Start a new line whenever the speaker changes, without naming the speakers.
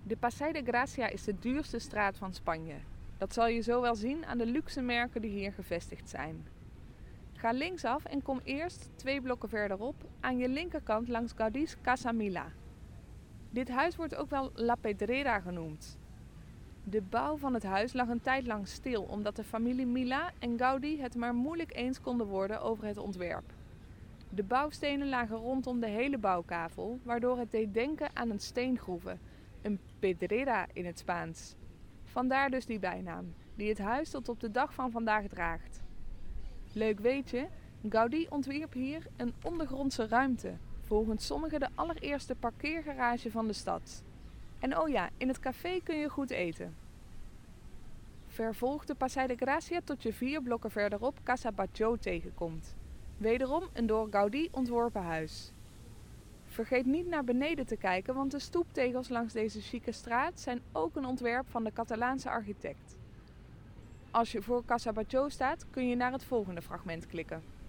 De Passeig de Gracia is de duurste straat van Spanje. Dat zal je zo wel zien aan de luxe merken die hier gevestigd zijn. Ga linksaf en kom eerst 2 blokken verderop aan je linkerkant langs Gaudí's Casa Milà. Dit huis wordt ook wel La Pedrera genoemd. De bouw van het huis lag een tijd lang stil omdat de familie Milà en Gaudí het maar moeilijk eens konden worden over het ontwerp. De bouwstenen lagen rondom de hele bouwkavel, waardoor het deed denken aan een steengroeve, een pedrera in het Spaans. Vandaar dus die bijnaam, die het huis tot op de dag van vandaag draagt. Leuk weetje, Gaudí ontwierp hier een ondergrondse ruimte, volgens sommigen de allereerste parkeergarage van de stad. En oh ja, in het café kun je goed eten. Vervolg de Passeig de Gracia tot je 4 blokken verderop Casa Batlló tegenkomt. Wederom een door Gaudí ontworpen huis. Vergeet niet naar beneden te kijken, want de stoeptegels langs deze chique straat zijn ook een ontwerp van de Catalaanse architect. Als je voor Casa Batlló staat, kun je naar het volgende fragment klikken.